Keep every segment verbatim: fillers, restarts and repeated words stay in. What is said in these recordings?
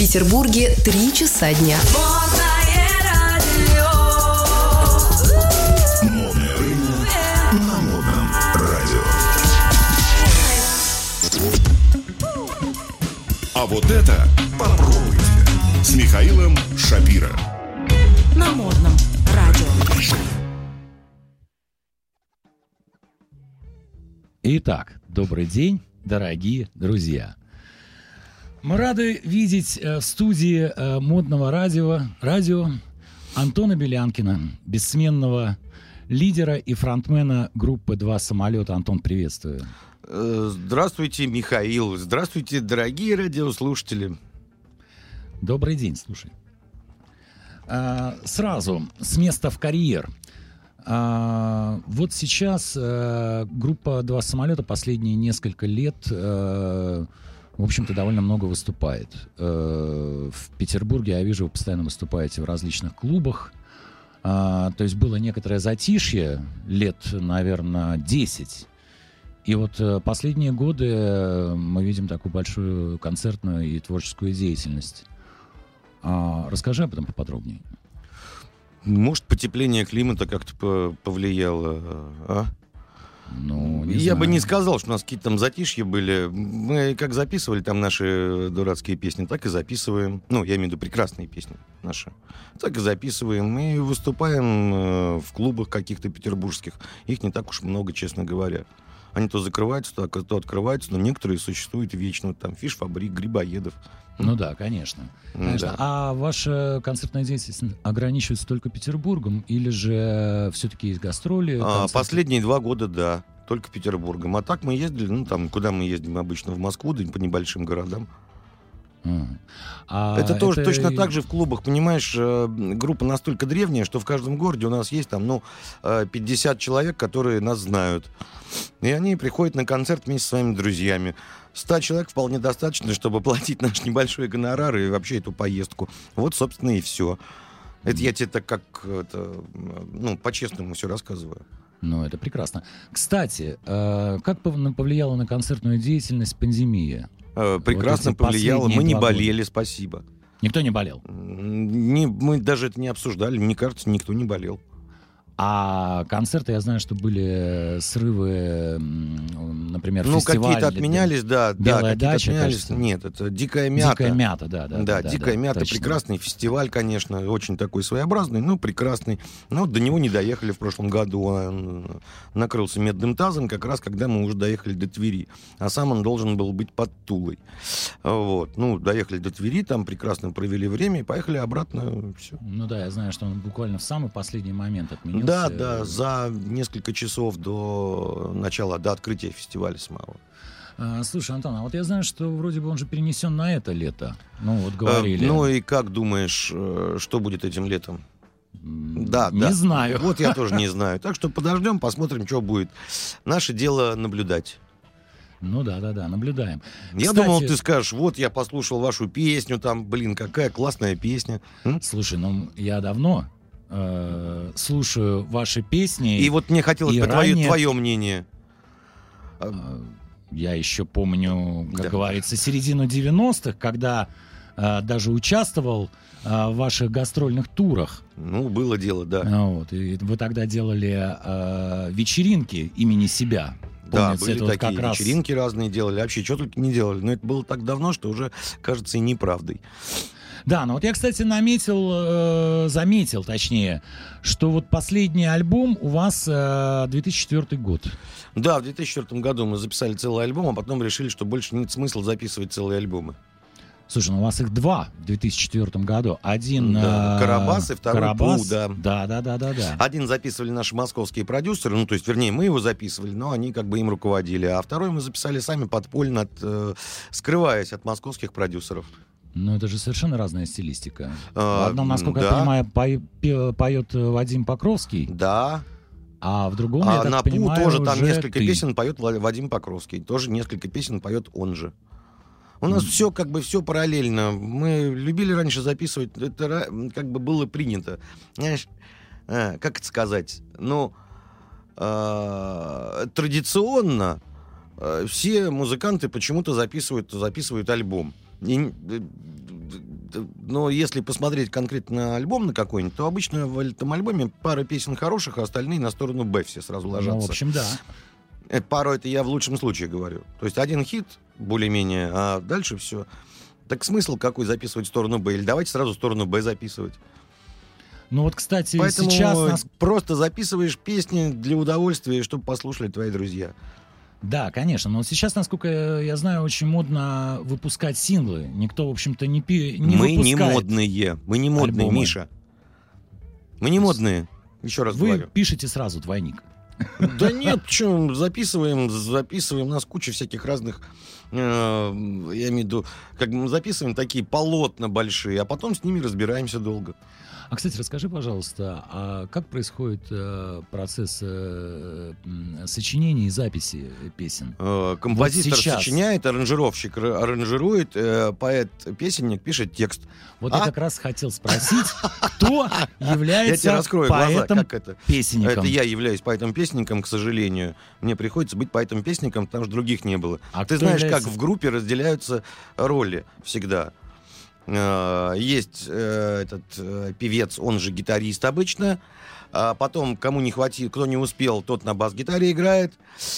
Петербурге три часа дня. Модное время на модном радио. А вот это попробуйте с Михаилом Шапиро. На модном радио. Итак, добрый день, дорогие друзья. Мы рады видеть в студии модного радио, радио Антона Белянкина, бессменного лидера и фронтмена группы «Два самолета». Антон, приветствую. Здравствуйте, Михаил. Здравствуйте, дорогие радиослушатели. Добрый день, слушай. Сразу с места в карьер. Вот сейчас группа «Два самолета» последние несколько лет, в общем-то, довольно много выступает. В Петербурге, я вижу, вы постоянно выступаете в различных клубах. То есть было некоторое затишье лет, наверное, десять. И вот последние годы мы видим такую большую концертную и творческую деятельность. Расскажи об этом поподробнее. Может, потепление климата как-то повлияло, а? Ну, не Я знаю. бы не сказал, что у нас какие-то там затишья были. Мы как записывали там наши дурацкие песни, так и записываем. Ну, я имею в виду прекрасные песни наши. Так и записываем. И выступаем э, в клубах каких-то петербургских. Их не так уж много, честно говоря. Они то закрываются, то, то открываются, но некоторые существуют вечно. Вот там Фиш-фабрик, Грибоедов. Ну да, конечно. конечно. Да. А ваша концертная деятельность ограничивается только Петербургом или же все-таки есть гастроли? А, последние два года, да, только Петербургом. А так мы ездили, ну там, куда мы ездим обычно, в Москву, да по небольшим городам. А это тоже это... точно так же в клубах, понимаешь, группа настолько древняя, что в каждом городе у нас есть там, ну, пятьдесят человек, которые нас знают. И они приходят на концерт вместе со своими друзьями. ста человек вполне достаточно, чтобы платить наш небольшой гонорар и вообще эту поездку. Вот, собственно, и все. Это я тебе так как, это, ну, по-честному все рассказываю. Ну, это прекрасно. Кстати, как повлияла на концертную деятельность пандемия? Прекрасно вот повлияло. Мы не болели, года. Спасибо. Никто не болел? Не, мы даже это не обсуждали. Мне кажется, никто не болел. А концерты, я знаю, что были срывы, например, ну, фестиваль. Ну, какие-то отменялись, да. Белая да, дача, отменялись. кажется. Нет, это «Дикая мята». «Дикая мята», да. Да, да, да «Дикая да, мята», точно. Прекрасный фестиваль, конечно, очень такой своеобразный, ну, прекрасный. Но до него не доехали в прошлом году. Он накрылся медным тазом, как раз когда мы уже доехали до Твери. А сам он должен был быть под Тулой. Вот. Ну, доехали до Твери, там прекрасно провели время и поехали обратно. Все. Ну да, я знаю, что он буквально в самый последний момент отменился. Да, да, за за несколько часов до начала, до открытия фестиваля самого. А, слушай, Антон, а вот я знаю, что вроде бы он же перенесен на это лето. Ну, вот говорили. А, ну и как думаешь, что будет этим летом? Да, не да. знаю. Вот я тоже не знаю. Так что подождем, посмотрим, что будет. Наше дело наблюдать. Ну да, да, да, наблюдаем. Я Кстати, думал, ты скажешь, вот я послушал вашу песню, там, блин, какая классная песня. М? Слушай, ну я давно э, слушаю ваши песни. И вот мне хотелось бы ранее... твое, твое мнение. Э, я еще помню, как да. говорится, середину девяностых, когда э, даже участвовал э, в ваших гастрольных турах. Ну, было дело, да. Вот, и вы тогда делали э, вечеринки имени себя. Да, Помнится, были это такие вот как раз... вечеринки разные делали, вообще что только не делали. Но это было так давно, что уже кажется и неправдой. Да, ну вот я, кстати, наметил, э, заметил, точнее, что вот последний альбом у вас э, две тысячи четвёртый год. Да, в две тысячи четвёртом году мы записали целый альбом, а потом решили, что больше нет смысла записывать целые альбомы. Слушай, ну у вас их два в две тысячи четвёртом году. Один да, э, Карабас и второй Карабас. Пу, да. Да, да, да, да, да. Один записывали наши московские продюсеры, ну, то есть, вернее, мы его записывали, но они как бы им руководили. А второй мы записали сами подпольно, от, э, скрываясь от московских продюсеров. Ну, это же совершенно разная стилистика. А, в одном, насколько да. я понимаю, по- поет Вадим Покровский. Да. А в другом, а я так на Пу понимаю, тоже там уже несколько ты. песен поет Вадим Покровский. Тоже несколько песен поет он же. У нас mm. все как бы все параллельно. Мы любили раньше записывать, это как бы было принято. Знаешь, а, как это сказать? Ну, а, традиционно а, все музыканты почему-то записывают, записывают альбом. И, но если посмотреть конкретно на альбом на какой-нибудь, то обычно в этом альбоме пара песен хороших, а остальные на сторону Б все сразу ложатся. Ну, в общем, да. Это пару, это я в лучшем случае говорю. То есть один хит, более-менее, а дальше все. Так смысл какой записывать в сторону Б? Или давайте сразу в сторону Б записывать. Ну вот, кстати, Поэтому сейчас нас... просто записываешь песни для удовольствия, чтобы послушали твои друзья. Да, конечно, но сейчас, насколько я знаю, очень модно выпускать синглы. Никто, в общем-то, не, пи... не Мы выпускает. не модные, мы не модные, альбомы. Миша. Мы не модные, еще раз Вы говорю. пишете сразу двойник. Да нет, что, записываем, записываем, у нас куча всяких разных, э, я имею в виду, как мы записываем такие полотна большие, а потом с ними разбираемся долго. А, кстати, расскажи, пожалуйста, а как происходит э, процесс э, э, сочинения и записи песен? Э, композитор Вот сейчас. сочиняет, аранжировщик ра- аранжирует, э, поэт-песенник пишет текст. Вот А? я как раз хотел спросить, кто Я является тебе раскрою глаза, как это. поэтом-песенником? Это я являюсь поэтом-песенником, к сожалению. Мне приходится быть поэтом-песенником, потому что других не было. А Ты кто знаешь, является- как в группе разделяются роли всегда. Э, Есть э, этот э, певец, он же гитарист обычно. А потом, кому не хватило, кто не успел, тот на бас-гитаре играет.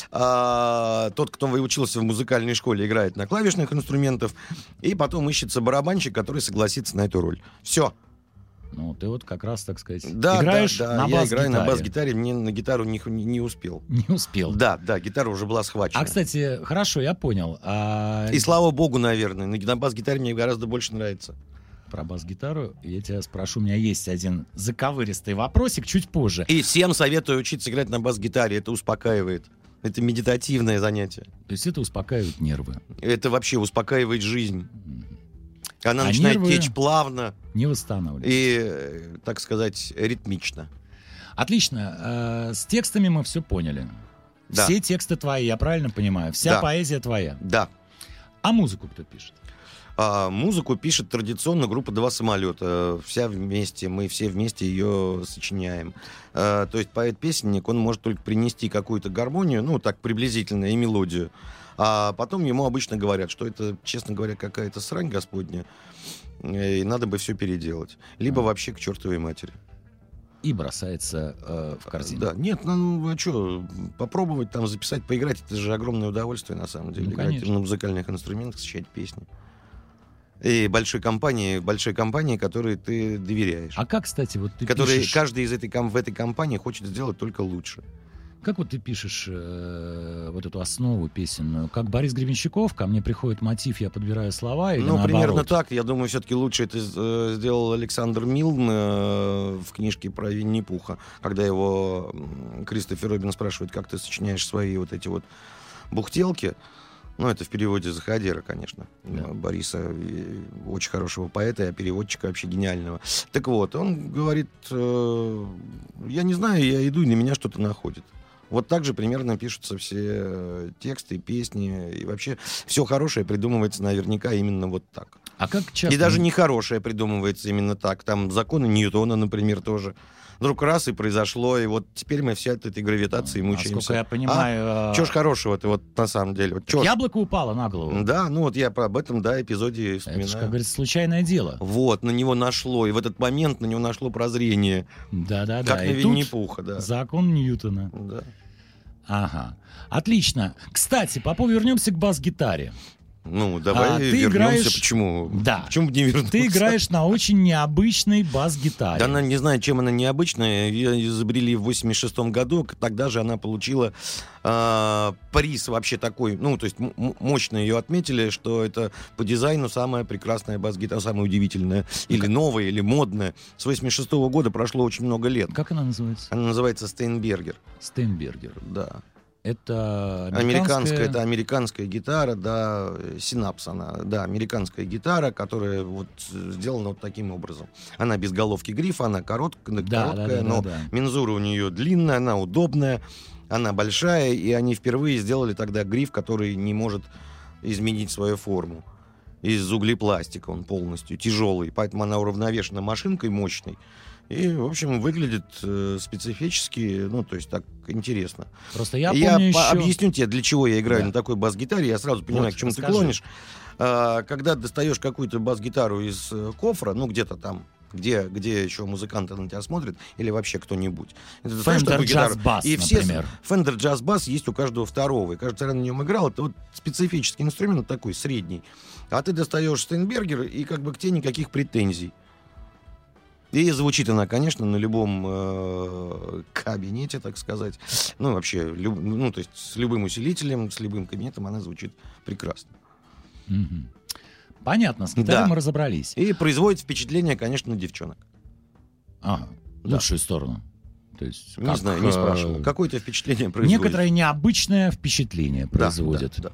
А тот, кто выучился в музыкальной школе, играет на клавишных инструментах. И потом ищется барабанщик, который согласится на эту роль. Все. Ну, ты вот как раз, так сказать, Да, играешь да, да. на Я бас-гитаре. играю на бас-гитаре, мне на гитару не, не, не успел. Не успел. Да, да, гитара уже была схвачена. А, кстати, хорошо, я понял. А... И слава богу, наверное, на, на бас-гитаре мне гораздо больше нравится. Про бас-гитару я тебя спрошу. У меня есть один заковыристый вопросик чуть позже. И всем советую учиться играть на бас-гитаре, это успокаивает. Это медитативное занятие. То есть это успокаивает нервы. Это вообще успокаивает жизнь. Она А начинает нервы течь плавно не восстанавливается. и, э, так сказать, ритмично. Отлично. Э, С текстами мы все поняли. Да. Все тексты твои, я правильно понимаю? Вся Да. поэзия твоя. Да. А музыку кто пишет? А музыку пишет традиционно группа «Два самолета». Вся вместе, мы все вместе ее сочиняем. А, то есть поэт-песенник, он может только принести какую-то гармонию, ну, так приблизительно, и мелодию. А потом ему обычно говорят, что это, честно говоря, какая-то срань господня, и надо бы все переделать. Либо А. вообще к чертовой матери. И бросается э, в корзину. Да, нет, ну, а что, попробовать там записать, поиграть, это же огромное удовольствие, на самом деле. Ну, играть конечно. на музыкальных инструментах, сочинять песни. И большой компании, большой компании, которой ты доверяешь. А как, кстати, вот ты которые пишешь... каждый из этой, ком- в этой компании хочет сделать только лучше. Как вот ты пишешь э, вот эту основу песенную? Как Борис Гребенщиков, ко мне приходит мотив, я подбираю слова, или Ну, наоборот? примерно так. Я думаю, все-таки лучше это э, сделал Александр Милн э, в книжке про Винни-Пуха, когда его м, Кристофер Робин спрашивает, как ты сочиняешь свои вот эти вот бухтелки. Ну, это в переводе Заходера, конечно. Да. Бориса, и очень хорошего поэта, и переводчика вообще гениального. Так вот, он говорит, э, я не знаю, я иду, и на меня что-то находит. Вот так же примерно пишутся все э, тексты, песни, и вообще все хорошее придумывается наверняка именно вот так. А как часто... И даже нехорошее придумывается именно так. Там законы Ньютона, например, тоже. Вдруг раз и произошло, и вот теперь мы все от этой гравитации мучаемся. Насколько я понимаю... А? э, Чё ж хорошего-то вот на самом деле? Вот чё ж? Яблоко упало на голову. Да, ну вот я об этом, да, эпизоде Это вспоминаю. же, как говорится, случайное дело. Вот, на него нашло, и в этот момент на него нашло прозрение. Да-да-да. Как И на тут Винни-Пуха, да. закон Ньютона. Да. Ага. Отлично. Кстати, Попов, вернемся к бас-гитаре. Ну, давай А, ты вернемся. играешь- Почему? Да. Почему бы не вернуться? Ты играешь на очень необычной бас-гитаре. Да она, не знаю, чем она необычная. Ее изобрели в восемьдесят шестом году. Тогда же она получила э, приз вообще такой. Ну, то есть м- м- мощно ее отметили, что это по дизайну самая прекрасная бас-гитара, самая удивительная. Или новая, или модная. С восемьдесят шестого года прошло очень много лет. Как она называется? Она называется Стейнбергер. Стейнбергер. Да. Это Американская, американская... это американская гитара, да, Синапс она, да, американская гитара, которая вот сделана вот таким образом. Она без головки грифа, она корот- Да, короткая, да, да, но да, да. мензура у нее длинная, она удобная, она большая, и они впервые сделали тогда гриф, который не может изменить свою форму. из углепластика, он полностью тяжелый, поэтому она уравновешена машинкой мощной. И, в общем, выглядит э, специфически, ну, то есть так интересно. Просто я я помню по- еще... объясню тебе, для чего я играю Да. на такой бас-гитаре, я сразу понимаю, Вот, к чему ты расскажи. клонишь. А, когда достаешь какую-то бас-гитару из э, кофра, ну, где-то там, где, где еще музыканты на тебя смотрят, или вообще кто-нибудь. Это достаешь Fender такую гитару, Jazz Bass, и все например. Fender Jazz Bass есть у каждого второго. И каждый раз на нем играл. Это вот специфический инструмент такой, средний. А ты достаешь Стейнбергер, и как бы к тебе никаких претензий. И звучит она, конечно, на любом э, кабинете, так сказать. Ну, вообще, люб, ну, то есть с любым усилителем, с любым кабинетом она звучит прекрасно. Мгм. Понятно, с гитарой Да. мы разобрались. И производит впечатление, конечно, на девчонок. Ага, Да. лучшую сторону. То есть, Не как, знаю, не э, спрашивал. Какое-то впечатление производит. Некоторое необычное впечатление Да, производит. да, да.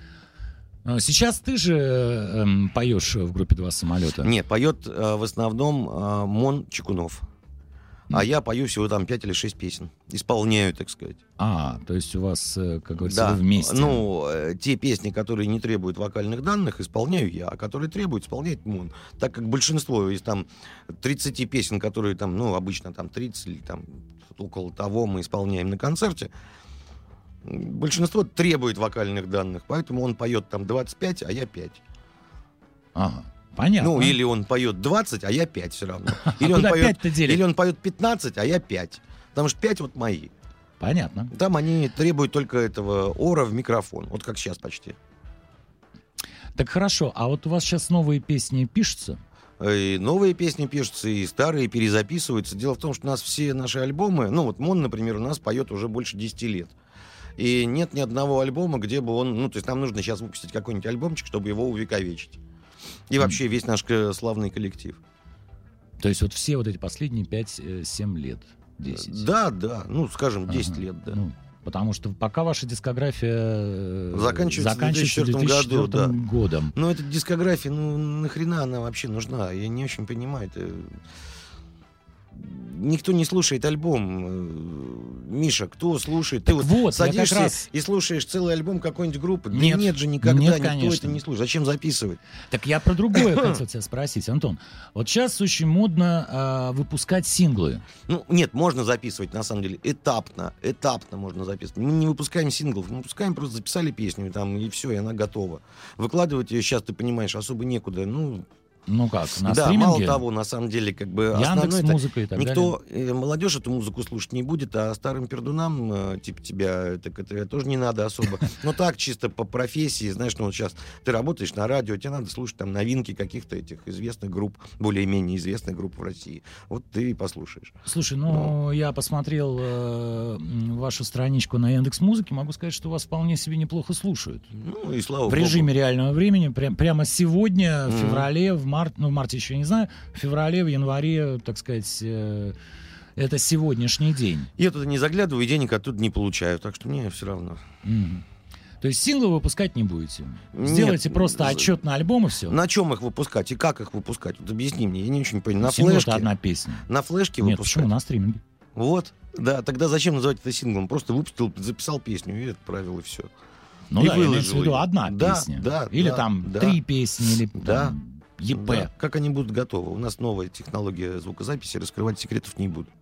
А Сейчас ты же эм, поешь в группе «Два самолета». Не, поет э, в основном э, Мон Чекунов. А Мгм. я пою всего там пять или шесть песен. Исполняю, так сказать. А, то есть у вас, э, как говорится, Да. вы вместе. Ну, э, те песни, которые не требуют вокальных данных, исполняю я, а которые требуют, исполняет Мон. Так как большинство из там тридцати песен, которые там, ну, обычно там тридцать или там около того мы исполняем на концерте, большинство требует вокальных данных, поэтому он поет там двадцать пять, а я пять. Ага, понятно. Ну, или он поет двадцать, а я пять все равно. Или куда он поет, пять-то делить? или он поет пятнадцать, а я пять. Потому что пять вот мои. Понятно. Там они требуют только этого ора в микрофон. Вот как сейчас почти. Так хорошо, а вот у вас сейчас новые песни пишутся? И новые песни пишутся, и старые перезаписываются. Дело в том, что у нас все наши альбомы... Ну, вот Мон, например, у нас поет уже больше десяти лет. И нет ни одного альбома, где бы он... Ну, то есть нам нужно сейчас выпустить какой-нибудь альбомчик, чтобы его увековечить. И вообще весь наш э, славный коллектив. То есть вот все вот эти последние пять-семь лет, десять. Да, да. Ну, скажем, десять Ага. лет, да. Ну, потому что пока ваша дискография э, Заканчивается в заканчивается две тысячи четвёртом году, да. годом. Но эта дискография, ну, нахрена она вообще нужна? Я не очень понимаю. Это... Никто не слушает альбом. Миша, кто слушает? Ты вот, вот, я как садишься раз- и слушаешь целый альбом какой-нибудь группы. Нет. Да нет же никогда, Нет, никто конечно. это не слушает. Зачем записывать? Так я про другое хотел тебя спросить, Антон. Вот сейчас очень модно а, выпускать синглы. Ну, нет, можно записывать, на самом деле, этапно. Этапно можно записывать. Мы не выпускаем синглов, мы выпускаем, просто записали песню, там, и все, и она готова. Выкладывать ее сейчас, ты понимаешь, особо некуда. Ну, Ну как, на да, стриминге? мало того, на самом деле, как бы основное это Яндекс.Музыка и так никто, э, молодежь эту музыку слушать не будет, а старым пердунам, э, типа тебя, так это тоже не надо особо. Ну так, чисто по профессии, знаешь, ну вот сейчас ты работаешь на радио, тебе надо слушать там новинки каких-то этих известных групп, более-менее известных групп в России. Вот ты и послушаешь. далее. Слушай, ну, я посмотрел э, м, вашу страничку на Яндекс.Музыке, могу сказать, что вас вполне себе неплохо слушают. Ну и слава В богу. режиме реального времени, прям, прямо сегодня, в Мгм. феврале, в марте, ну, в марте еще не знаю, в феврале, в январе, так сказать, э, это сегодняшний день. Я туда не заглядываю, и денег оттуда не получаю, так что мне все равно. Мгм. То есть синглы выпускать не будете? Нет, Сделайте просто за- отчет на альбом и все? На чем их выпускать и как их выпускать? Вот объясни мне, я не очень понимаю. На Сингл — это флешке? одна песня. На флешке Нет, выпускать? почему? На стриминге. Вот, да, тогда зачем называть это синглом? Просто выпустил, записал песню и отправил, и все. Ну И да, имеется выложил в виду её. одна Да, песня. да, Или да, там да. три песни, или Да. там ЕП. Да, как они будут готовы? У нас новая технология звукозаписи, раскрывать секретов не буду.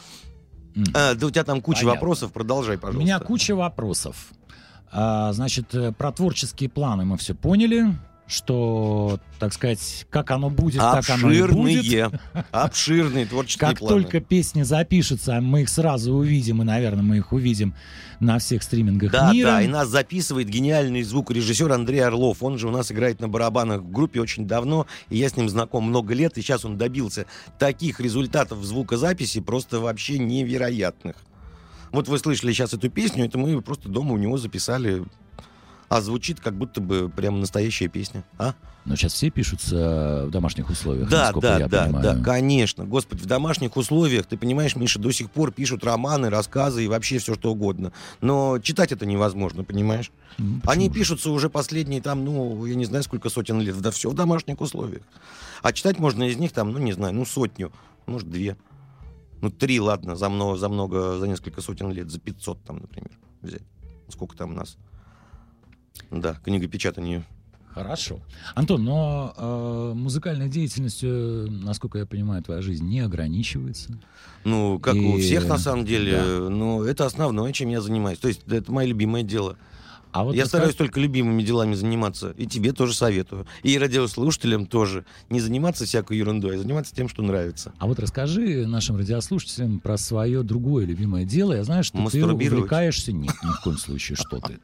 М. А, да у тебя там куча Понятно. вопросов, продолжай, У пожалуйста. меня куча вопросов. А, значит, э, про творческие планы мы все поняли, что, так сказать, как оно будет, так оно и будет. Обширные, обширные творческие Как планы. только песни запишутся, мы их сразу увидим, и, наверное, мы их увидим на всех стримингах Да, мира. да, и нас записывает гениальный звукорежиссер Андрей Орлов. Он же у нас играет на барабанах в группе очень давно, и я с ним знаком много лет, и сейчас он добился таких результатов в звукозаписи просто вообще невероятных. Вот вы слышали сейчас эту песню, это мы просто дома у него записали, а звучит как будто бы прям настоящая песня. А? Но сейчас все пишутся в домашних условиях, Да, насколько да, я да, понимаю. да, конечно. Господи, в домашних условиях, ты понимаешь, Миша, до сих пор пишут романы, рассказы и вообще все что угодно. Но читать это невозможно, понимаешь? М, почему Они же? пишутся уже последние там, ну, я не знаю, сколько сотен лет. Да все в домашних условиях. А читать можно из них там, ну, не знаю, ну, сотню, может, две. Ну, три, ладно, за много, за много, за несколько сотен лет, за пятьсот там, например, взять. Сколько там у нас? Да, книгопечатание. Хорошо. Антон, но э, музыкальной деятельностью, насколько я понимаю, твоя жизнь не ограничивается. Ну, как И... у всех, на самом деле. Да. Но это основное, чем я занимаюсь. То есть это мое любимое дело. А вот я рассказ... стараюсь только любимыми делами заниматься. И тебе тоже советую. И радиослушателям тоже. Не заниматься всякой ерундой, а заниматься тем, что нравится. А вот расскажи нашим радиослушателям про свое другое любимое дело. Я знаю, что ты увлекаешься... Нет, ни в коем случае, что ты.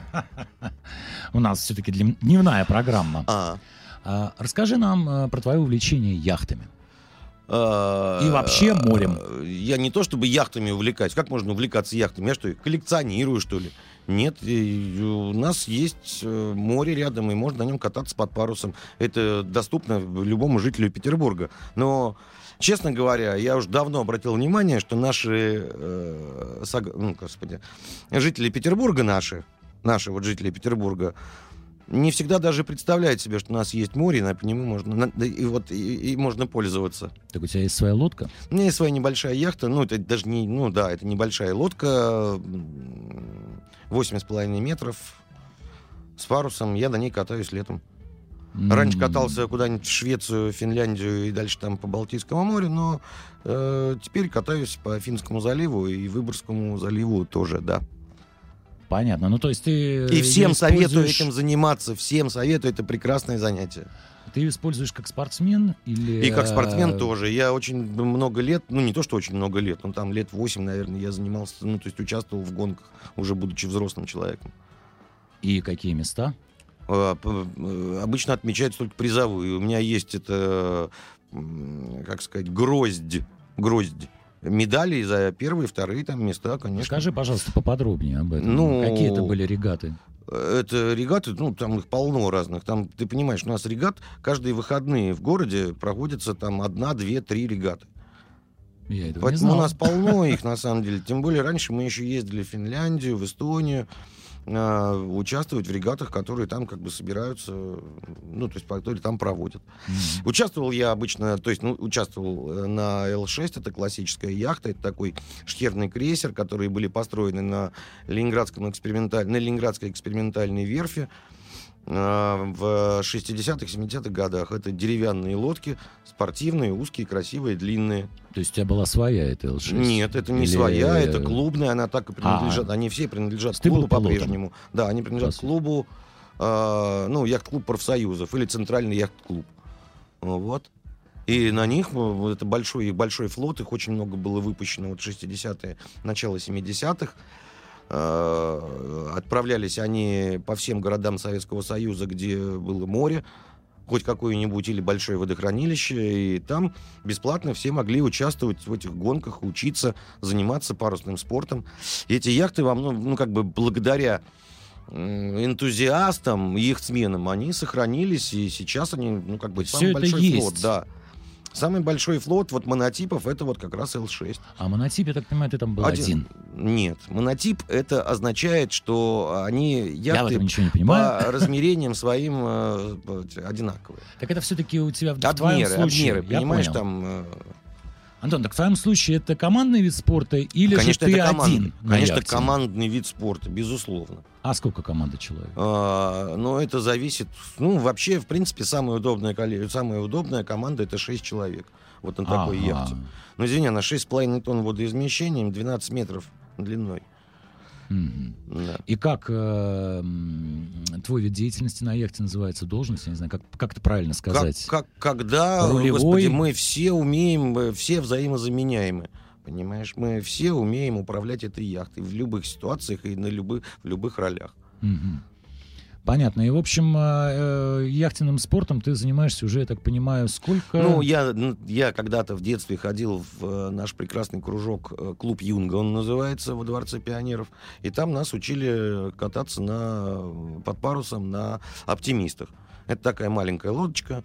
У нас все-таки дневная программа. Расскажи нам про твое увлечение яхтами. И вообще морем. Я не то чтобы яхтами увлекаюсь. Как можно увлекаться яхтами? Я что, коллекционирую, что ли? Нет, у нас есть море рядом, и можно на нем кататься под парусом. Это доступно любому жителю Петербурга. Но, честно говоря, я уже давно обратил внимание, что наши, э, сог... ну, господи, жители Петербурга наши, наши вот жители Петербурга, не всегда даже представляют себе, что у нас есть море, и по нему можно, и вот, и, и можно пользоваться. Так у тебя есть своя лодка? У меня есть своя небольшая яхта, ну, это даже не, ну, да, это небольшая лодка, восемь с половиной метров, с парусом, я на ней катаюсь летом. Mm-hmm. Раньше катался куда-нибудь в Швецию, Финляндию и дальше там по Балтийскому морю, но э, теперь катаюсь по Финскому заливу и Выборгскому заливу тоже, да. Понятно. Ну, то есть ты... И всем используешь... советую этим заниматься, всем советую, это прекрасное занятие. Ты ее используешь как спортсмен или... И как спортсмен тоже. Я очень много лет, ну не то, что очень много лет, но там лет восемь, наверное, я занимался, ну то есть участвовал в гонках, уже будучи взрослым человеком. И какие места? Обычно отмечаются только призовые. У меня есть это, как сказать, гроздь, гроздь медалей за первые, вторые там места, конечно. Скажи, пожалуйста, поподробнее об этом. Ну, какие это были регаты? Это регаты, ну, там их полно разных. Там, ты понимаешь, у нас регат каждые выходные в городе проводятся там одна, две, три регаты. Я этого Поэтому не знал. У нас полно их, на самом деле. Тем более, раньше мы еще ездили в Финляндию, в Эстонию, э, участвовать в регатах, которые там как бы собираются, ну, то есть, которые там проводят. Mm-hmm. Участвовал я обычно, то есть, ну, участвовал на эл шесть, это классическая яхта, это такой шхерный крейсер, которые были построены на Ленинградском эксперименталь... на Ленинградской экспериментальной верфи в шестидесятых, семидесятых годах. Это деревянные лодки, спортивные, узкие, красивые, длинные. То есть у тебя была своя эта эл шесть? Нет, это не Или... своя, это клубная, она так и принадлежит. А-а. Они все принадлежат Ты клубу по-прежнему. Да, они принадлежат Класс. клубу, э, ну, яхт-клуб профсоюзов или центральный яхт-клуб. Вот. И на них, это большой, большой флот, их очень много было выпущено вот в шестидесятые, начало семидесятых. Отправлялись они по всем городам Советского Союза, где было море, хоть какое-нибудь или большое водохранилище, и там бесплатно все могли участвовать в этих гонках, учиться, заниматься парусным спортом. И эти яхты вам, ну, ну как бы благодаря энтузиастам и яхтсменам, они сохранились, и сейчас они, ну как бы, самый большой есть. флот, да. Самый большой флот вот монотипов это вот как раз эл шесть. А монотип, я так понимаю, ты там был один? один. Нет. Монотип это означает, что они яхты по размерениям своим э, одинаковые. Так это все-таки у тебя в обмеры, твоем случае, обмеры, понимаешь, понял. там... Э... Антон, так в твоем случае это командный вид спорта или Конечно, же ты это команд... один? Конечно, командный вид спорта, безусловно. А сколько команда человек? А, ну, это зависит... Ну, вообще, в принципе, самая удобная, самая удобная команда — это шесть человек. Вот на такой ага. яхте. Ну, извини, она шесть с половиной тонн водоизмещением, двенадцать метров длиной. Mm-hmm. Да. И как э, твой вид деятельности на яхте называется, должность? Я не знаю, как, как это правильно сказать? Как, как, когда, Рулевой? Господи, мы все умеем, все взаимозаменяемы. Понимаешь, мы все умеем управлять этой яхтой в любых ситуациях и на любых, в любых ролях. Mm-hmm. Понятно. И, в общем, э, яхтенным спортом ты занимаешься уже, я так понимаю, сколько... Ну, я, я когда-то в детстве ходил в наш прекрасный кружок, клуб «Юнга», он называется, во Дворце пионеров. И там нас учили кататься на, под парусом на «Оптимистах». Это такая маленькая лодочка,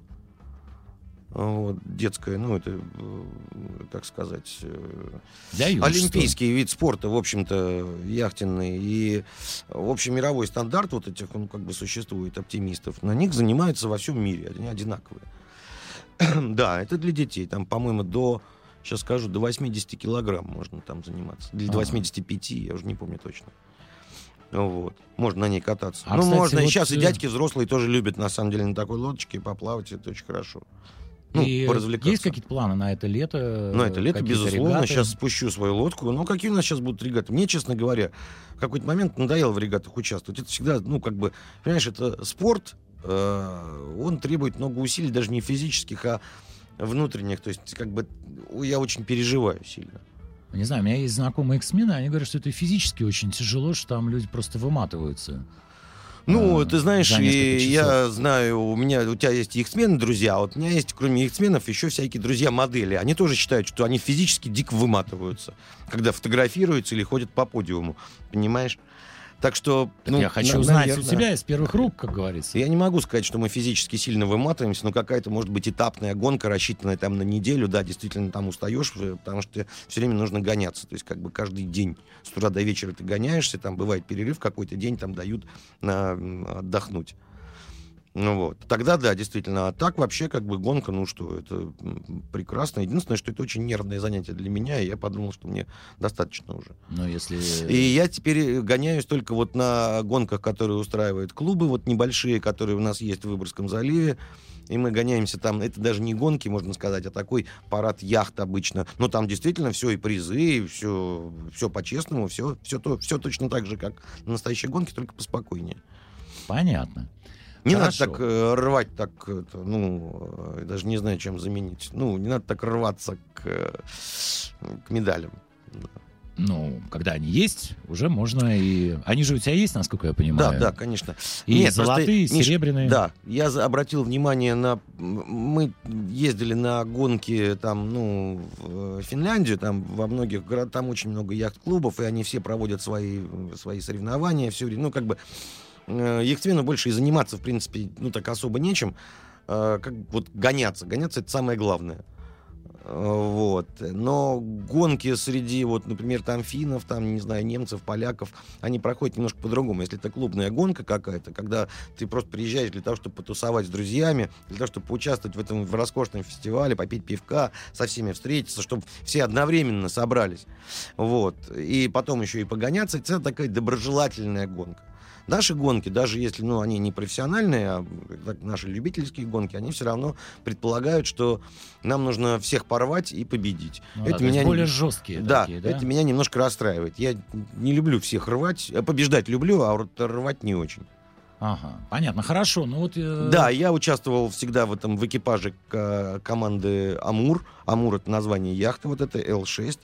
вот, детская, ну, это, так сказать, олимпийский вид спорта, в общем-то, яхтенный. И, в общем, мировой стандарт вот этих, он как бы существует, оптимистов. На них занимаются во всем мире, они одинаковые. Да, это для детей. Там, по-моему, до, сейчас скажу, до восемьдесят килограмм можно там заниматься. Или до восемьдесят пять, я уже не помню точно. Вот. Можно на ней кататься. А, ну, кстати, можно вот и сейчас, и э, дядьки взрослые тоже любят, на самом деле, на такой лодочке поплавать, это очень хорошо. Ну, и поразвлекаться. есть какие-то планы на это лето? Ну, это лето, Какие-то безусловно. регаты? Сейчас спущу свою лодку. Ну, какие у нас сейчас будут регаты? Мне, честно говоря, в какой-то момент надоело в регатах участвовать. Это всегда, ну, как бы, понимаешь, это спорт, э, он требует много усилий, даже не физических, а внутренних. То есть, как бы, я очень переживаю сильно. Не знаю, у меня есть знакомые эксмены, они говорят, что это физически очень тяжело, что там люди просто выматываются. Ну, а, ты знаешь, за несколько и часов. я знаю, у меня, у тебя есть яхтсмены, друзья, а вот у меня есть, кроме яхтсменов, еще всякие друзья-модели. Они тоже считают, что они физически дико выматываются, когда фотографируются или ходят по подиуму, понимаешь? Так что... Так ну, я хочу на- узнать наверное, у тебя из первых рук, как говорится. Я не могу сказать, что мы физически сильно выматываемся, но какая-то, может быть, этапная гонка, рассчитанная там на неделю, да, действительно там устаешь, потому что все время нужно гоняться. То есть как бы каждый день с утра до вечера ты гоняешься, там бывает перерыв, какой-то день там дают на, м, отдохнуть. Ну вот. Тогда да, действительно. А так вообще как бы гонка, ну что, это м, прекрасно. Единственное, что это очень нервное занятие для меня, и я подумал, что мне достаточно уже. Но если... И я теперь гоняюсь только вот на гонках, которые устраивают клубы, вот небольшие, которые у нас есть в Выборгском заливе. И мы гоняемся там, это даже не гонки, можно сказать, а такой парад яхт обычно. Но там действительно все и призы, и все, все по-честному, все, все, то, все точно так же, как на настоящей гонке, только поспокойнее. Понятно. Не Хорошо. надо так э, рвать, так, это, ну, э, даже не знаю, чем заменить. Ну, не надо так рваться к, э, к медалям. Ну, когда они есть, уже можно и... Они же у тебя есть, насколько я Да, понимаю? да, конечно. И Нет, просто, золотые, и Миш, серебряные. Да, я за- обратил внимание на... Мы ездили на гонки там, ну, в Финляндию, там во многих городах, там очень много яхт-клубов, и они все проводят свои, свои соревнования все время. Ну, как бы э, яхтсмену больше и заниматься, в принципе, ну, так особо нечем. Э, как вот гоняться. Гоняться — это самое главное. Вот. Но гонки среди, вот, например, там финнов, там, не знаю, немцев, поляков, они проходят немножко по-другому. Если это клубная гонка какая-то, когда ты просто приезжаешь для того, чтобы потусовать с друзьями, для того, чтобы поучаствовать в этом в роскошном фестивале, попить пивка, со всеми встретиться, чтобы все одновременно собрались. Вот. И потом еще и погоняться. Это такая доброжелательная гонка. Наши гонки, даже если, ну, они не профессиональные, а так, наши любительские гонки, они все равно предполагают, что нам нужно всех порвать и победить. Ну, это да, то меня есть более не- жесткие да, такие, да? это меня немножко расстраивает. Я не люблю всех рвать, а побеждать люблю, а вот рвать не очень. Ага, понятно, хорошо. Ну вот... э, Да, я участвовал всегда в этом в экипаже к- команды «Амур». «Амур» — это название яхты, вот это Эл шесть.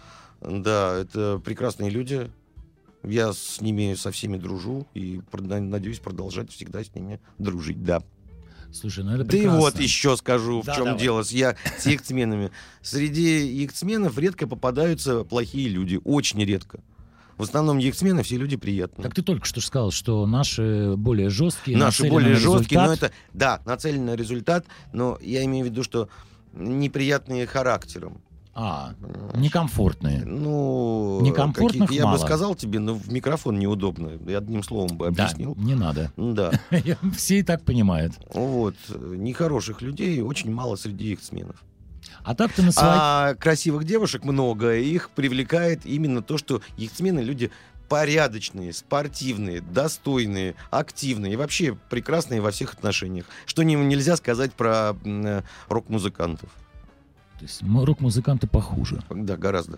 Да, это прекрасные люди. Я с ними со всеми дружу и прод- надеюсь продолжать всегда с ними дружить, да. Слушай, ну это Да и прекрасно. вот еще скажу, в Да, чем давай. дело с, я, с яхтсменами. Среди яхтсменов редко попадаются плохие люди, очень редко. В основном яхтсмены все люди приятные. Так ты только что ж сказал, что наши более жесткие, Наши нацелены более на жесткие, но результат. это, да, нацелены на результат, но я имею в виду, что неприятные характером. А, понимаешь? некомфортные. Ну, Некомфортных каких- я мало. бы сказал тебе, но в микрофон неудобно. Я одним словом бы Да, объяснил. не надо. Да. Все и так понимают. Вот. Нехороших людей очень мало среди яхтсменов. А так ты на своей... А красивых девушек много, и их привлекает именно то, что яхтсмены люди порядочные, спортивные, достойные, активные и вообще прекрасные во всех отношениях. Что не- нельзя сказать про м, э, рок-музыкантов. То есть м- рок-музыканты похуже. Да, гораздо.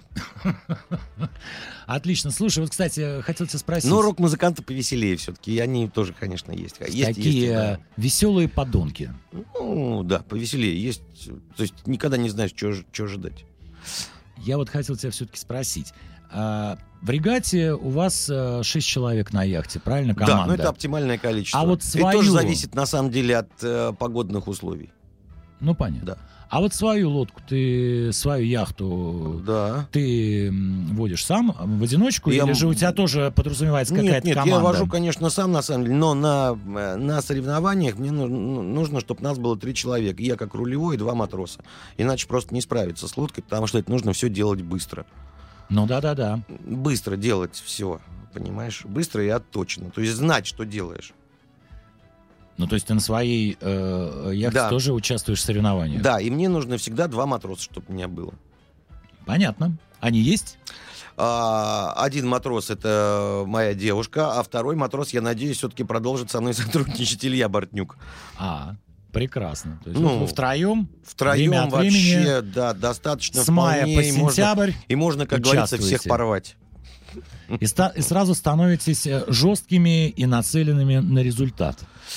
Отлично. Слушай, вот, кстати, хотел тебя спросить. Но рок-музыканты повеселее все-таки, и они тоже, конечно, есть. Есть, Такие есть, да. веселые подонки. Ну, да, повеселее. Есть, то есть никогда не знаешь, что ожидать. Я вот хотел тебя все-таки спросить. А, в регате у вас а, шесть человек на яхте, правильно, команда? Да, но это оптимальное количество. А вот И свою- тоже зависит, на самом деле, от э, погодных условий. Ну, понятно. Да. А вот свою лодку, ты свою яхту, Да. ты м, водишь сам в одиночку, Я или м- же у тебя тоже подразумевается Нет, какая-то нет, команда? я вожу, конечно, сам, на самом деле, но на, э, на соревнованиях мне нужно, нужно, чтобы нас было три человека. Я как рулевой и два матроса. Иначе просто не справиться с лодкой, потому что это нужно все делать быстро. Ну да-да-да. Быстро делать все, понимаешь? Быстро и отточено. То есть знать, что делаешь. Ну то есть ты на своей э, яхте Да. тоже участвуешь в соревнованиях? Да, и мне нужно всегда два матроса, чтобы у меня было. Понятно. Они есть? А, один матрос — это моя девушка, а второй матрос, я надеюсь, все-таки продолжит со мной сотрудничать Илья Бортнюк. А, прекрасно. То есть Ну, вот вы втроем, Втроем время от вообще, времени, да, достаточно с мая вполне, по и можно- сентябрь, И можно, как говорится, всех участвуете. порвать. и, ста- и сразу становитесь э, жесткими и нацеленными на результат.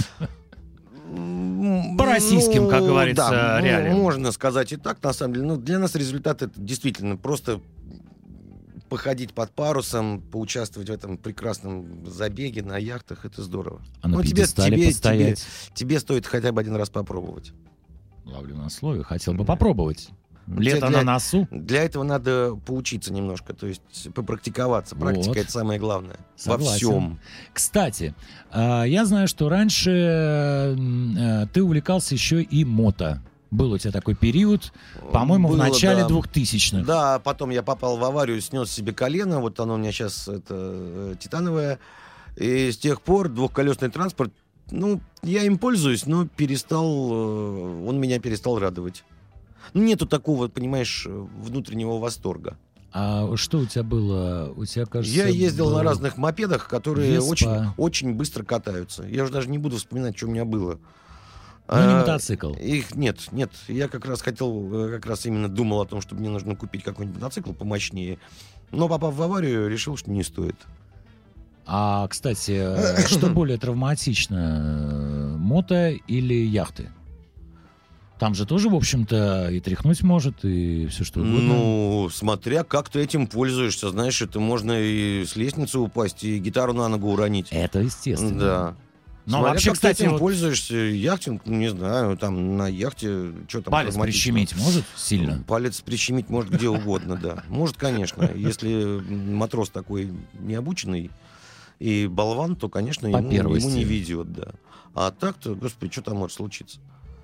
По российским, как говорится, да, ну, реалиям. можно сказать и так, на самом деле. Ну, для нас результат — это действительно просто походить под парусом, поучаствовать в этом прекрасном забеге на яхтах. Это здорово. А на Ну, тебе, пьедестале тебе, постоять. тебе, тебе стоит хотя бы один раз попробовать. Ловлю на слове. Хотел бы попробовать. Для- Лето для- на носу. Для этого надо поучиться немножко, то есть попрактиковаться. Практика Вот. — это самое главное. Согласен. Во всем. Кстати, э, я знаю, что раньше э, ты увлекался еще и мото. Был у тебя такой период, по-моему, в Было, начале да. двухтысячных. Да, потом я попал в аварию, снес себе колено, вот оно у меня сейчас это э, титановое. И с тех пор двухколесный транспорт, ну, я им пользуюсь, но перестал, э, он меня перестал радовать. Ну, нету такого, понимаешь, внутреннего восторга. А что у тебя было? У тебя, кажется, Я ездил был- на разных мопедах, которые Веспа. очень, очень быстро катаются. Я уже даже не буду вспоминать, что у меня было. Ну, не А, мотоцикл. Их нет, нет. Я как раз хотел, э, как раз именно думал о том, что мне нужно купить какой-нибудь мотоцикл помощнее. Но, попав в аварию, решил, что не стоит. А, кстати, э, что более травматично, э, мото или яхты? Там же тоже, в общем-то, и тряхнуть может, и все что угодно. Ну, смотря как ты этим пользуешься. Знаешь, это можно и с лестницы упасть, и гитару на ногу уронить. Это естественно. Да. Но Смотря вообще, как кстати, ты этим вот пользуешься, яхтинг, ну, не знаю, там на яхте, что там палец травматично? прищемить может сильно? Палец прищемить может где угодно, да. Может, конечно. Если матрос такой необученный и болван, то, конечно, По ему, первости. ему не везет, да. А так-то, господи, что там может случиться?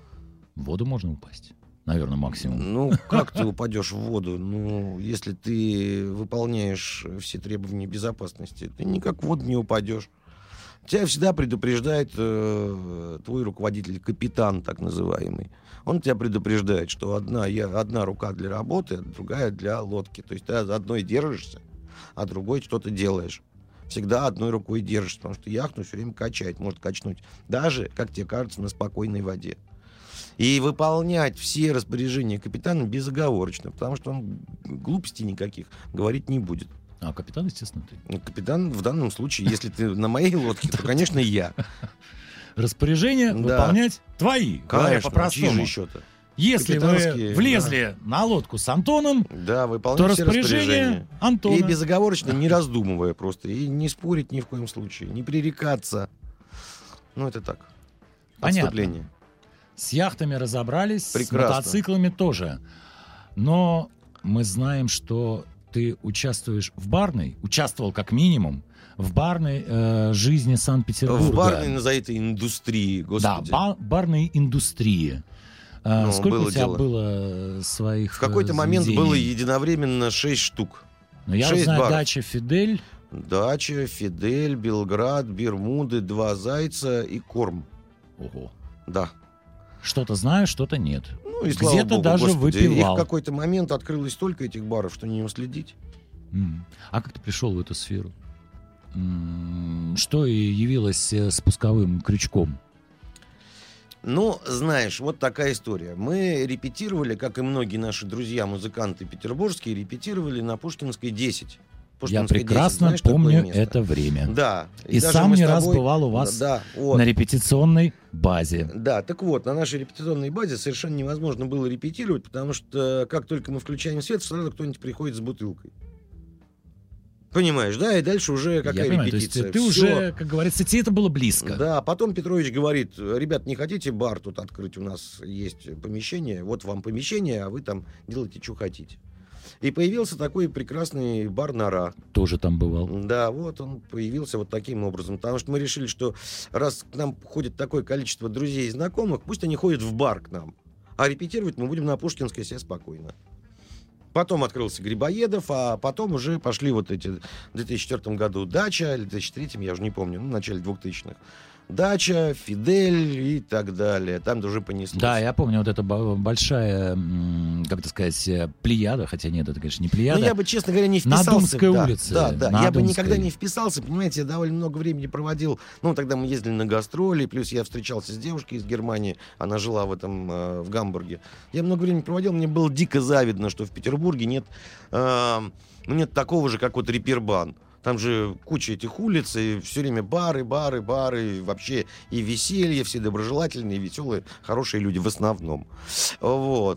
В воду можно упасть. Наверное, максимум. Ну, как ты упадешь в воду? Ну, если ты выполняешь все требования безопасности, ты никак в воду не упадешь. Тебя всегда предупреждает э, твой руководитель, капитан так называемый. Он тебя предупреждает, что одна, я, одна рука для работы, а другая для лодки. То есть ты одной держишься, а другой что-то делаешь. Всегда одной рукой держишься, потому что яхту все время качает, может качнуть. Даже, как тебе кажется, на спокойной воде. И выполнять все распоряжения капитана безоговорочно, потому что он глупостей никаких говорить не будет. А капитан, естественно, ты. Ну, капитан в данном случае, если ты на моей лодке, то, конечно, я. Распоряжения Да. выполнять твои. Говоря Конечно, чьи же по-простому. еще-то? Если Капитанские, вы влезли на лодку с Антоном, Да, то выполнять все распоряжение распоряжения. Антона. И безоговорочно, не раздумывая просто. И не спорить ни в коем случае, не пререкаться. Ну, это так. Понятно. Отступление. С яхтами разобрались, Прекрасно. с мотоциклами тоже. Но мы знаем, что ты участвуешь в барной, участвовал как минимум в барной э, жизни Санкт-Петербурга. В барной, назови это, индустрии, Да, господи. ба- барной индустрии. Э, Ну, сколько было у тебя дело. было своих В какой-то э, момент заведений? было единовременно шесть штук. Ну, я шесть знаю, баров. дача «Фидель». Дача, Фидель, Белград, Бермуды, Два Зайца и Корм. Ого. Да. Что-то знаю, что-то нет. Ну, и слава Где-то богу, даже господи. И выпивал. в какой-то момент открылось столько этих баров, что не уследить. М. А как ты пришел в эту сферу? М, Что и явилось э, спусковым крючком? Ну, знаешь, вот такая история. Мы репетировали, как и многие наши друзья-музыканты петербургские, репетировали на Пушкинской десять. Я Пушкинская прекрасно десять, знаешь, такое помню место? это время. Да. И даже сам мы не с раз тобой- бывал у вас Да, вот. на репетиционной базе. Да, так вот, на нашей репетиционной базе совершенно невозможно было репетировать, потому что как только мы включаем свет, сразу кто-нибудь приходит с бутылкой. Понимаешь, да? И дальше уже какая Я понимаю, то есть репетиция? ты Всё. уже, как говорится, тебе это было близко. Да, потом Петрович говорит: ребят, не хотите бар тут открыть? У нас есть помещение, вот вам помещение, а вы там делайте, что хотите. И появился такой прекрасный бар «Нора». Тоже там бывал. Да, вот он появился вот таким образом. Потому что мы решили, что раз к нам ходит такое количество друзей и знакомых, пусть они ходят в бар к нам. А репетировать мы будем на Пушкинской себе спокойно. Потом открылся Грибоедов, а потом уже пошли вот эти в две тысячи четвёртом году «Дача», или в две тысячи третьем, я уже не помню, ну, в начале двухтысячных. Дача, Фидель и так далее. Там уже понеслось. Да, я помню, вот эта бо- большая, м, как это сказать, э, плеяда, хотя нет, это, конечно, не плеяда. Ну, я бы, честно говоря, не На вписался. Думской да, улице. Да, да. На Я бы Думской. никогда не вписался, понимаете, я довольно много времени проводил. Ну, тогда мы ездили на гастроли, плюс я встречался с девушкой из Германии, она жила в этом, э, в Гамбурге. Я много времени проводил, мне было дико завидно, что в Петербурге нет, э, нет такого же, как вот Репербан. Там же куча этих улиц, и все время бары, бары, бары, и вообще и веселье, все доброжелательные, веселые, хорошие люди в основном. Вот.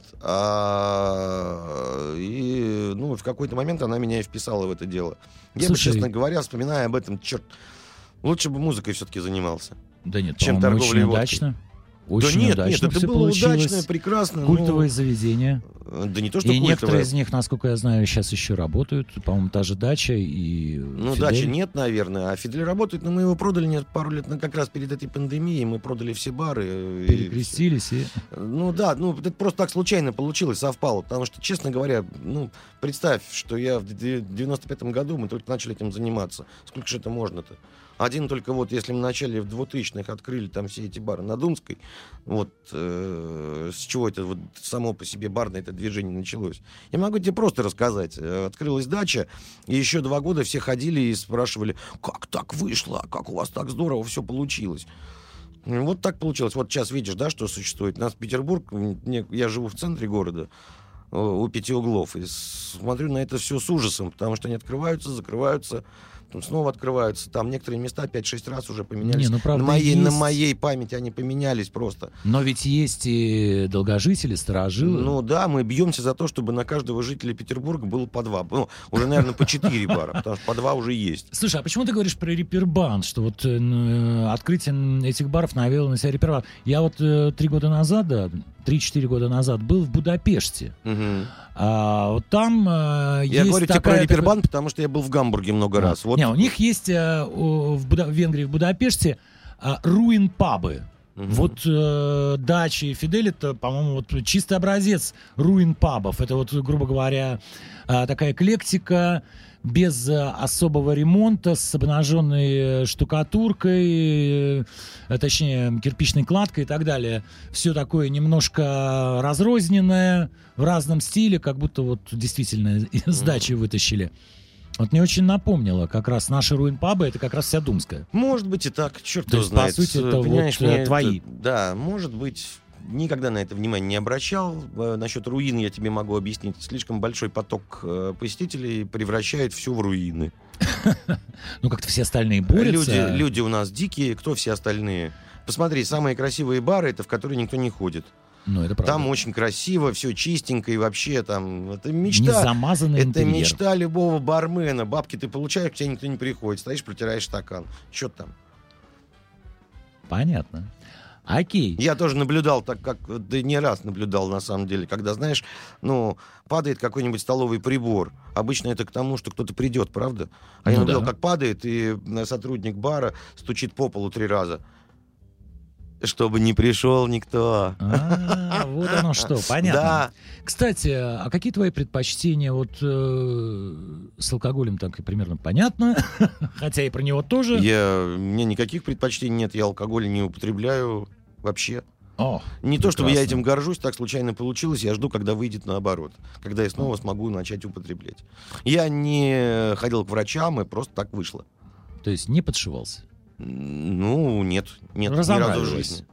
А, и, ну, в какой-то момент она меня и вписала в это дело. Я Слушай, бы, честно говоря, вспоминая об этом, черт, лучше бы музыкой все-таки занимался. Да нет, чем по-моему, торговлей очень водкой. удачно. Очень да нет, удачно нет, это всё было получилось. удачно, прекрасно. Культовые ну, заведения. Да не то, что И культовое. некоторые из них, насколько я знаю, сейчас еще работают. По-моему, та же дача и Ну, Фидель. дачи нет, наверное, а Фидель работает, но мы его продали не- пару лет, ну, как раз перед этой пандемией, мы продали все бары. и Перекрестились и... всё. Ну да, ну это просто так случайно получилось, совпало, потому что, честно говоря, ну, представь, что я в девяносто пятом году, мы только начали этим заниматься. Сколько же это можно-то? Один только вот, если мы начали в двухтысячных, открыли там все эти бары на Думской, вот э, с чего это вот само по себе барное это движение началось. Я могу тебе просто рассказать. Э, Открылась дача, и еще два года все ходили и спрашивали, как так вышло, как у вас так здорово все получилось. Ну, вот так получилось. Вот сейчас видишь, да, что существует. У нас Петербург, мне- я живу в центре города, э, у пяти углов, и смотрю на это все с ужасом, потому что они открываются, закрываются, потом снова открываются. Там некоторые места пять-шесть раз уже поменялись. Не, ну, правда, на, моей, есть. на моей памяти они поменялись просто. Но ведь есть и долгожители, старожилы. Ну да, мы бьемся за то, чтобы на каждого жителя Петербурга было по два. Ну, уже, наверное, по четыре бара, потому что по два уже есть. Слушай, а почему ты говоришь про Репербан, что вот э, н- открытие этих баров навело на себя Репербан? Я вот э, три года назад, да, три-четыре года назад был в Будапеште. Мгм. А вот там э, Я есть говорю тебе такая... про Репербан, потому что я был в Гамбурге много раз. Вот. Не, у них есть э, о, в, Буда- в Венгрии, в Будапеште э, руин-пабы. Мгм. Вот э, дачи и Фидель, это, по-моему, вот чистый образец руин-пабов. Это вот, грубо говоря, э, такая эклектика, без э, особого ремонта, с обнаженной э, штукатуркой, э, точнее, кирпичной кладкой и так далее. Все такое немножко разрозненное, в разном стиле, как будто вот действительно из дачи вытащили. Вот мне очень напомнило, как раз наши руин-пабы, это как раз вся Думская. Может быть и так, черт То его есть, по знает. сути, это Понимаешь, вот, э, мне это- твои. Да, может быть, никогда на это внимание не обращал. Э, Насчет руин я тебе могу объяснить. Слишком большой поток э, посетителей превращает все в руины. Ну, как-то все остальные борются. Люди, люди у нас дикие, кто все остальные? Посмотри, самые красивые бары, это в которые никто не ходит. Ну, это правда. Там очень красиво, все чистенько, и вообще там, это Не мечта. замазанный Это интерьер. мечта любого бармена. Бабки ты получаешь, к тебе никто не приходит. Стоишь, протираешь стакан. Что там? Понятно. Окей. Я тоже наблюдал, так как, да не раз наблюдал на самом деле, когда, знаешь, ну, падает какой-нибудь столовый прибор. Обычно это к тому, что кто-то придет, правда? А я Ну наблюдал, да. как падает, и сотрудник бара стучит по полу три раза. Чтобы не пришел никто. А, вот оно что, понятно. Да. Кстати, а какие твои предпочтения вот э, с алкоголем так и примерно понятно, хотя и про него тоже. Я, у меня никаких предпочтений нет, я алкоголь не употребляю вообще. О, Не то, чтобы я прекрасно. этим горжусь, так случайно получилось, я жду, когда выйдет наоборот, когда я снова смогу начать употреблять. Я не ходил к врачам, и просто так вышло. То есть не подшивался. Ну, нет, нет, ни разу в Разонравилось. жизни.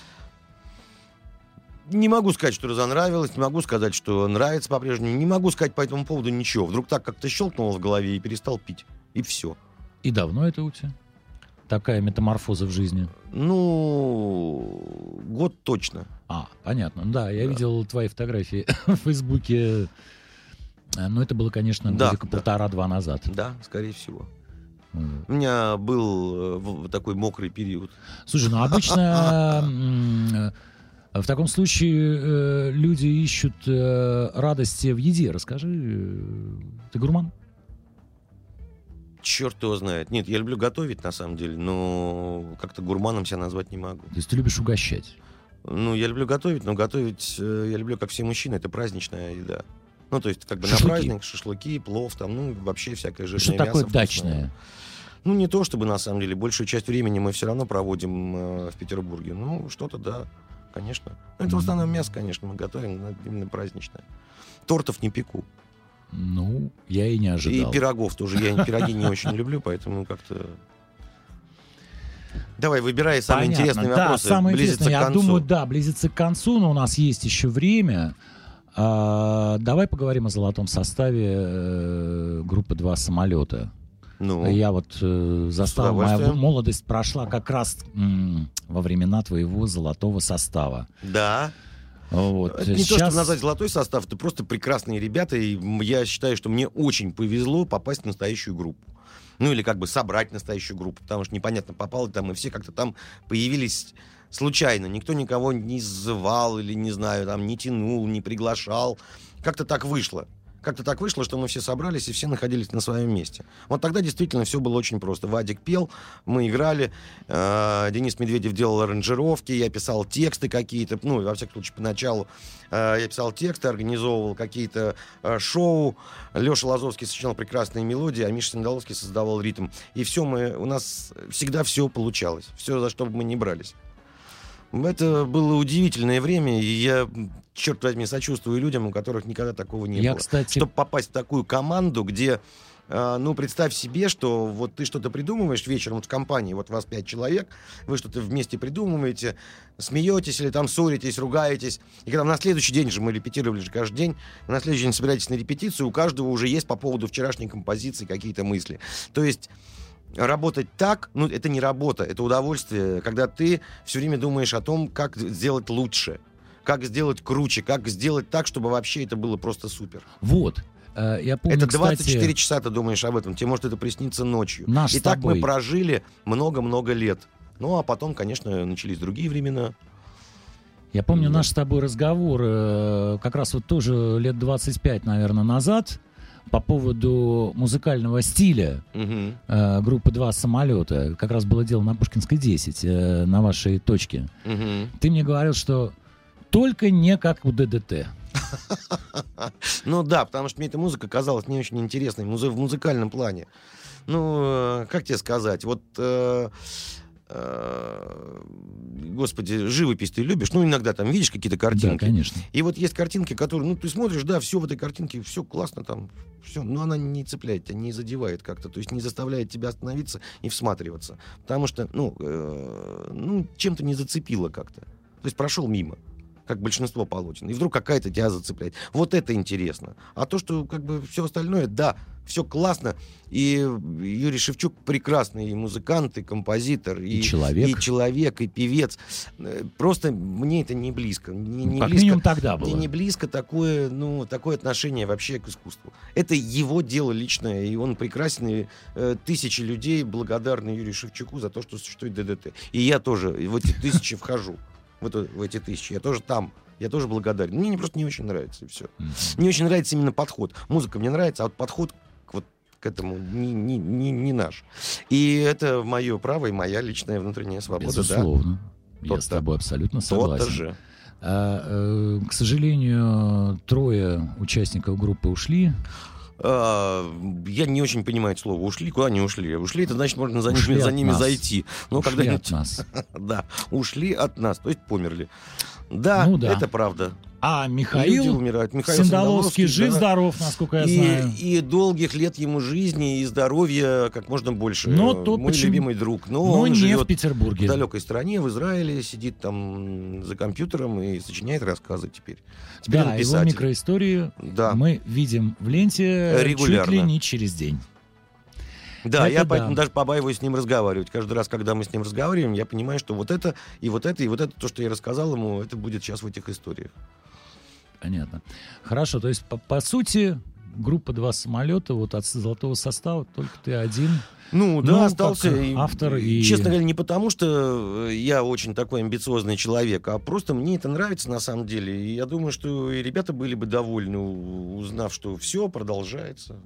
Не могу сказать, что разонравилось, не могу сказать, что нравится по-прежнему, не могу сказать по этому поводу ничего. Вдруг так как-то щелкнуло в голове и перестал пить, и все. И давно это у тебя? Такая метаморфоза в жизни. Ну, год точно. А, понятно. Да, я видел твои фотографии в Фейсбуке. А, Ну, это было, конечно, Да, годика да. полтора-два назад. Да, скорее всего. Вот. У меня был э, в- такой мокрый период. Слушай, ну обычно м, э, в таком случае э, люди ищут э, радости в еде. Расскажи, э, ты гурман? Черт его знает. Нет, я люблю готовить, на самом деле, но как-то гурманом себя назвать не могу. То есть ты любишь угощать? Ну, я люблю готовить, но готовить э, я люблю, как все мужчины, это праздничная еда. Ну, то есть, как бы Шашлыки. на праздник, шашлыки, плов, там, ну, вообще всякое жирное Что мясо. такое вкусное. дачное? Ну, не то чтобы, на самом деле, большую часть времени мы все равно проводим э, в Петербурге. Ну, что-то, да, конечно. Ну, это в основном мясо, конечно, мы готовим, но именно праздничное. Тортов не пеку. Ну, я и не ожидал. И пирогов тоже. Я пироги не очень люблю, поэтому как-то... Давай, выбирай самые Понятно. интересные Да, вопросы. самое Близится интересное, к я концу. думаю, да, близится к концу, но у нас есть еще время. А, давай поговорим о золотом составе э, группы «Два самолета». Ну, Я вот э, застал, моя удовольствием. молодость прошла как раз м, во времена твоего золотого состава. да. Вот. Это не то, Сейчас- чтобы назвать золотой состав, это просто прекрасные ребята, и м, я считаю, что мне очень повезло попасть в настоящую группу. Ну, или как бы собрать настоящую группу, потому что непонятно, попало там, и все как-то там появились случайно. Никто никого не звал или, не знаю, там, не тянул, не приглашал. Как-то так вышло. Как-то так вышло, что мы все собрались и все находились на своем месте. Вот тогда действительно все было очень просто. Вадик пел, мы играли, э, Денис Медведев делал аранжировки, я писал тексты какие-то, ну, во всяком случае, поначалу э, я писал тексты, организовывал какие-то э, шоу. Леша Лазовский сочинял прекрасные мелодии, а Миша Сандаловский создавал ритм. И все мы, у нас всегда все получалось. Все, за что бы мы ни брались. Это было удивительное время, и я, черт возьми, сочувствую людям, у которых никогда такого не Я, было. кстати- Чтобы попасть в такую команду, где, э, ну, представь себе, что вот ты что-то придумываешь вечером вот в компании, вот вас пять человек, вы что-то вместе придумываете, смеетесь или там ссоритесь, ругаетесь, и когда на следующий день же мы репетировали же каждый день, на следующий день собираетесь на репетицию, у каждого уже есть по поводу вчерашней композиции какие-то мысли. То есть работать так, ну, это не работа, это удовольствие, когда ты все время думаешь о том, как сделать лучше, как сделать круче, как сделать так, чтобы вообще это было просто супер. Вот. Э, Я помню, это двадцать четыре кстати, часа ты думаешь об этом, тебе может это присниться ночью. Наш И с так тобой. мы прожили много-много лет. Ну, а потом, конечно, начались другие времена. Я помню Да. наш с тобой разговор э, как раз вот тоже лет двадцать пять, наверное, назад по поводу музыкального стиля Мгм. э, группы «Два самолета». Как раз было дело на Пушкинской десять, э, на вашей точке. Мгм. Ты мне говорил, что только не как у ДДТ. Ну да, потому что мне эта музыка казалась не очень интересной музе- в музыкальном плане. Ну, э, как тебе сказать, вот... э, э, Господи, живопись ты любишь? Ну, иногда там видишь какие-то Да, картинки. конечно. И вот есть картинки, которые, ну, ты смотришь, да, все в этой картинке, все классно там, все, но она не цепляет тебя, не задевает как-то, то есть не заставляет тебя остановиться и всматриваться, потому что, ну, э, ну чем-то не зацепило как-то, то есть прошел мимо, как большинство полотен, и вдруг какая-то тебя зацепляет. Вот это интересно. А то, что как бы все остальное, да, все классно, и Юрий Шевчук прекрасный и музыкант, и композитор, И человек. и человек, и певец. Э, Просто мне это не близко. Не, Ну, не как близко. минимум тогда было. Мне не близко такое, ну, такое отношение вообще к искусству. Это его дело личное, и он прекрасен, и э, тысячи людей благодарны Юрию Шевчуку за то, что существует ДДТ. И я тоже в эти тысячи вхожу. В, эту- в эти тысячи. Я тоже там. Я тоже благодарен. Мне не- просто не очень нравится, и все. Мгм. Не очень нравится именно подход. Музыка мне нравится, а вот подход к, вот, к этому не, не, не, не наш. И это мое право и моя личная внутренняя свобода. Да. Безусловно. Я То-то. с тобой абсолютно То-то согласен. же. А, э, к сожалению, трое участников группы ушли. А, я не очень понимаю это слово. Ушли? Куда они ушли? Ушли, это значит, можно за Ушли ними, за от ними нас. зайти. Но Ушли когда-нибудь... от нас. Да, ушли от нас, то есть померли. Да, Ну да. это правда. А Люди Михаил умирают. Михаил Сандаловский Сандаловский, жив-здоров, насколько я и, знаю. и долгих лет ему жизни, и здоровья как можно больше. Но тот Мой почему- любимый друг. Но, Но он не живет в Петербурге. в далекой стране, в Израиле, сидит там за компьютером и сочиняет рассказы теперь. Теперь Да, он его писатель. микроистории Да. мы видим в ленте Регулярно. чуть ли не через день. Да, Это я да. поэтому даже побаиваюсь с ним разговаривать. Каждый раз, когда мы с ним разговариваем, я понимаю, что вот это, и вот это, и вот это, то, что я рассказал ему, это будет сейчас в этих историях. Понятно. Хорошо, то есть, по, по сути, группа «Два самолета», вот от золотого состава только ты один. Ну, да, Ну, остался как и- автор и- Честно говоря, не потому, что я очень такой амбициозный человек, а просто мне это нравится на самом деле. И я думаю, что и ребята были бы довольны, у- узнав, что все продолжается.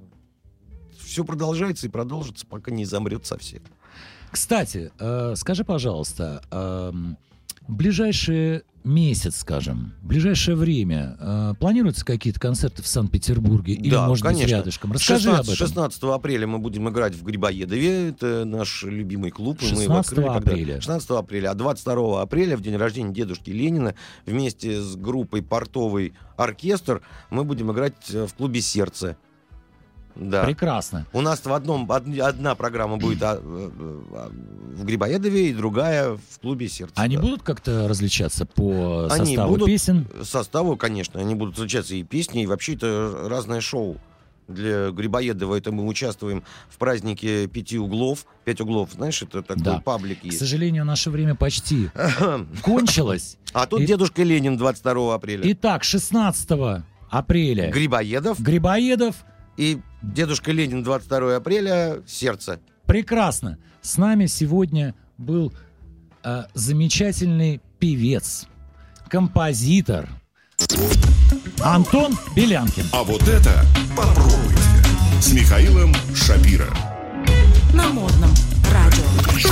Все продолжается и продолжится, пока не замрет совсем. Кстати, э, скажи, пожалуйста, эм, В ближайший месяц, скажем, в ближайшее время э, планируются какие-то концерты в Санкт-Петербурге? Или, Да, может конечно. быть, рядышком? Расскажи об этом. шестнадцатого апреля мы будем играть в Грибоедове. Это наш любимый клуб. и мы его шестнадцатого открыли, апреля. Когда... шестнадцатого апреля. А двадцать второго апреля, в день рождения дедушки Ленина, вместе с группой «Портовый оркестр» мы будем играть в клубе «Сердце». Да. Прекрасно. У нас в одном од- одна программа будет а, а, в Грибоедове и другая в клубе «Сердце». Они да. будут как-то различаться по Они составу будут, песен? Составу, конечно. Они будут различаться и песни, и вообще это разное шоу. Для Грибоедова это мы участвуем в празднике пяти углов. Пять углов, знаешь, это такой Да. паблик К есть. сожалению, наше время почти кончилось. А тут И- дедушка Ленин двадцать второго апреля. Итак, шестнадцатого апреля Грибоедов Грибоедов. и дедушка Ленин двадцать второго апреля «Сердце». Прекрасно. С нами сегодня был э, замечательный певец, композитор Антон Белянкин. А вот это попробуйте. С Михаилом Шапиро. На модном радио.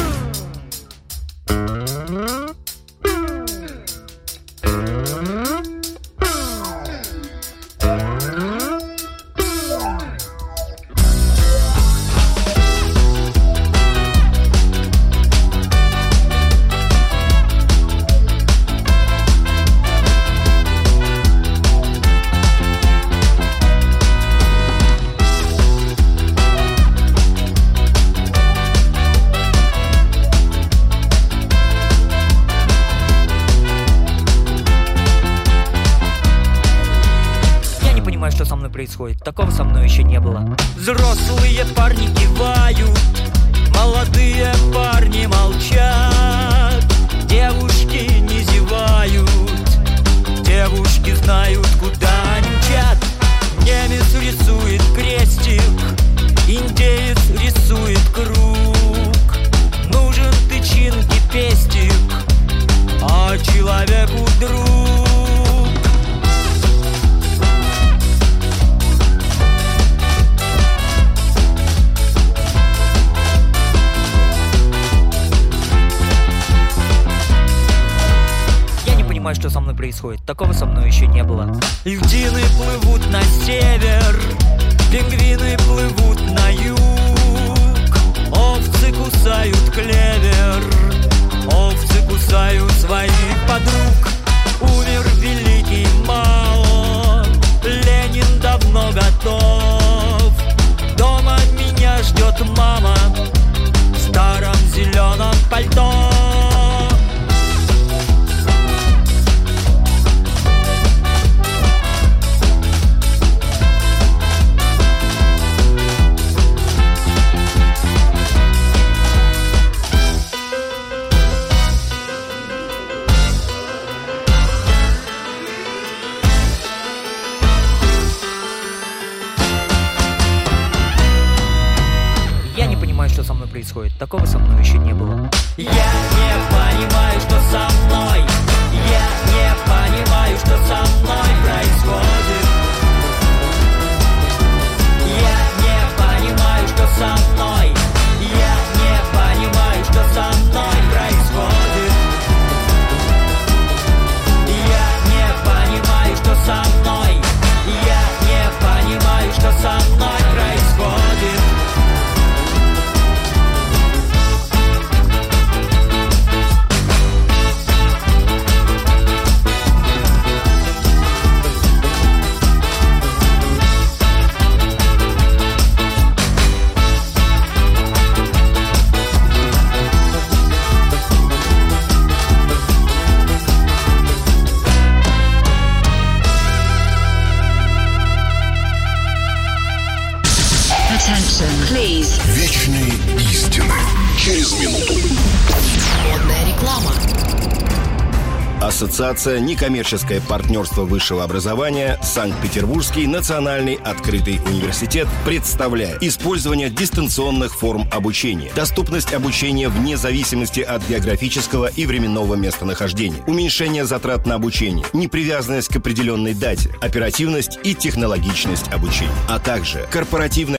Что со мной происходит? Такого со мной еще не было. Взрослые парни кивают, молодые парни молчат, девушки не зевают, девушки знают, куда они мчат. Немец рисует крестик, индеец рисует круг. Нужен тычинки пестик, а человеку друг. Что со мной происходит? Такого со мной еще не было. Льдины плывут на север, пингвины плывут на юг, овцы кусают клевер, овцы кусают своих подруг. Умер великий Мао, Ленин давно готов. Дома меня ждет мама в старом зеленом пальто. Что со мной происходит? Такого со мной еще не было. Я не понимаю, что со мной. Я не понимаю, что со мной происходит. Я не понимаю, что со мной. Я не понимаю, что со мной происходит. Я не понимаю, что со мной. Я не понимаю, что со мной происходит. Please. Вечные истины. Через минуту. Модная реклама. Ассоциация «Некоммерческое партнерство высшего образования» Санкт-Петербургский национальный открытый университет представляет использование дистанционных форм обучения, доступность обучения вне зависимости от географического и временного местонахождения, уменьшение затрат на обучение, непривязанность к определенной дате, оперативность и технологичность обучения, а также корпоративная